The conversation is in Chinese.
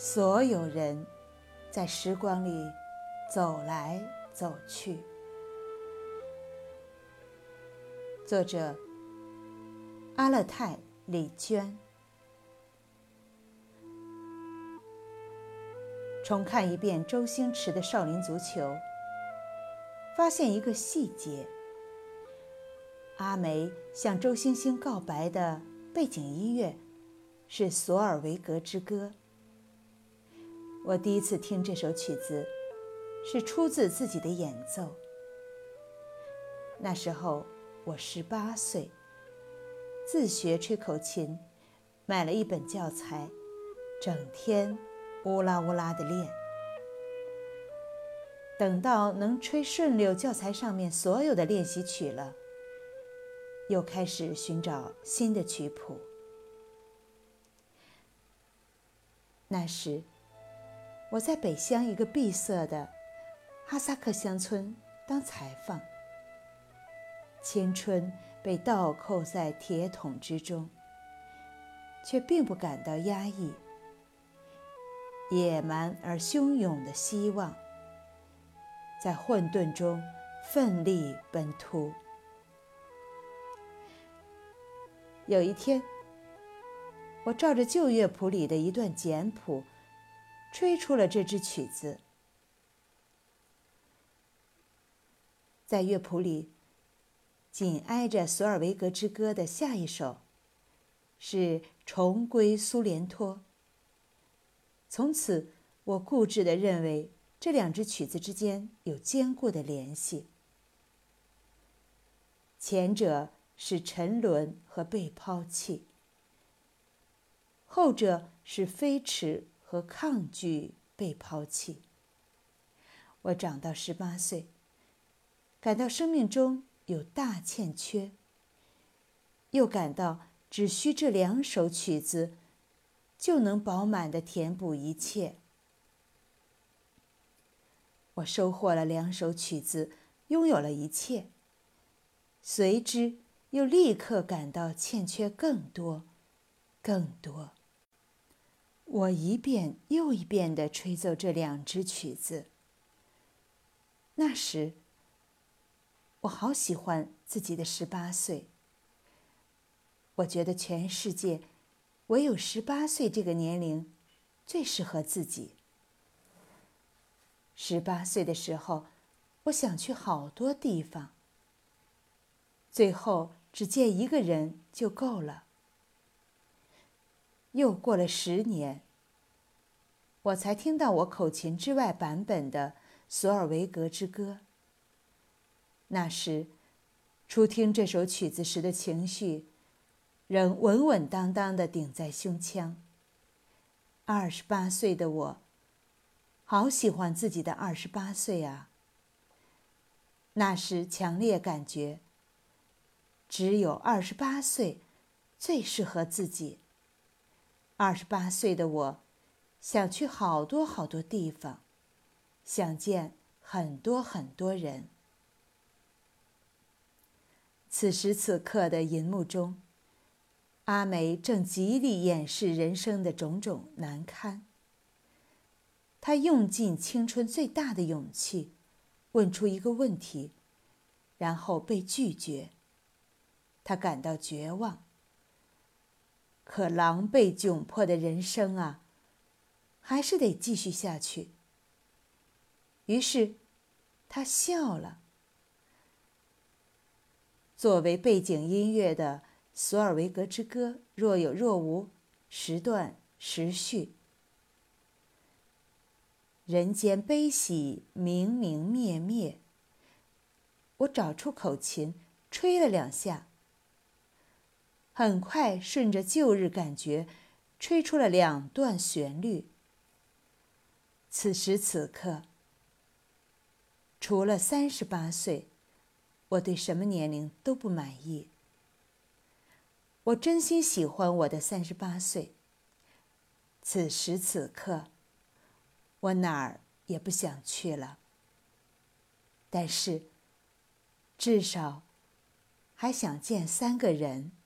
所有人在时光里走来走去。作者阿勒泰·李娟。重看一遍周星驰的《少林足球》，发现一个细节：阿梅向周星星告白的背景音乐是《索尔维格之歌》。我第一次听这首曲子是出自自己的演奏。那时候我18岁，自学吹口琴，买了一本教材，整天乌拉乌拉地练。等到能吹顺溜教材上面所有的练习曲了，又开始寻找新的曲谱。那时我在北乡一个闭塞的哈萨克乡村当裁缝，青春被倒扣在铁桶之中，却并不感到压抑。野蛮而汹涌的希望在混沌中奋力奔突。有一天，我照着旧乐谱里的一段简谱吹出了这支曲子。在乐谱里，紧挨着《索尔维格之歌》的下一首是《重归苏联托》。从此，我固执地认为这两支曲子之间有坚固的联系。前者是沉沦和被抛弃，后者是飞驰和抗拒被抛弃。我长到18岁，感到生命中有大欠缺，又感到只需这两首曲子就能饱满地填补一切。我收获了两首曲子，拥有了一切，随之又立刻感到欠缺更多更多。我一遍又一遍地吹奏这两支曲子。那时我好喜欢自己的18岁。我觉得全世界唯有18岁这个年龄最适合自己。18岁的时候，我想去好多地方，最后只见一个人就够了。又过了10年，我才听到我口琴之外版本的《索尔维格之歌》。那时，初听这首曲子时的情绪仍稳稳当当地顶在胸腔。28岁的我，好喜欢自己的28岁啊！那时强烈感觉，只有28岁最适合自己。28岁的我，想去好多好多地方，想见很多很多人。此时此刻的银幕中，阿梅正极力掩饰人生的种种难堪。她用尽青春最大的勇气，问出一个问题，然后被拒绝。她感到绝望。可狼狈窘迫的人生啊，还是得继续下去。于是，她笑了。作为背景音乐的《索尔维格之歌》若有若无，时断时续。人间悲喜，明明灭灭。我找出口琴，吹了2下，很快顺着旧日感觉，吹出了2段旋律。此时此刻，除了38岁，我对什么年龄都不满意。我真心喜欢我的38岁。此时此刻，我哪儿也不想去了。但是，至少还想见3个人。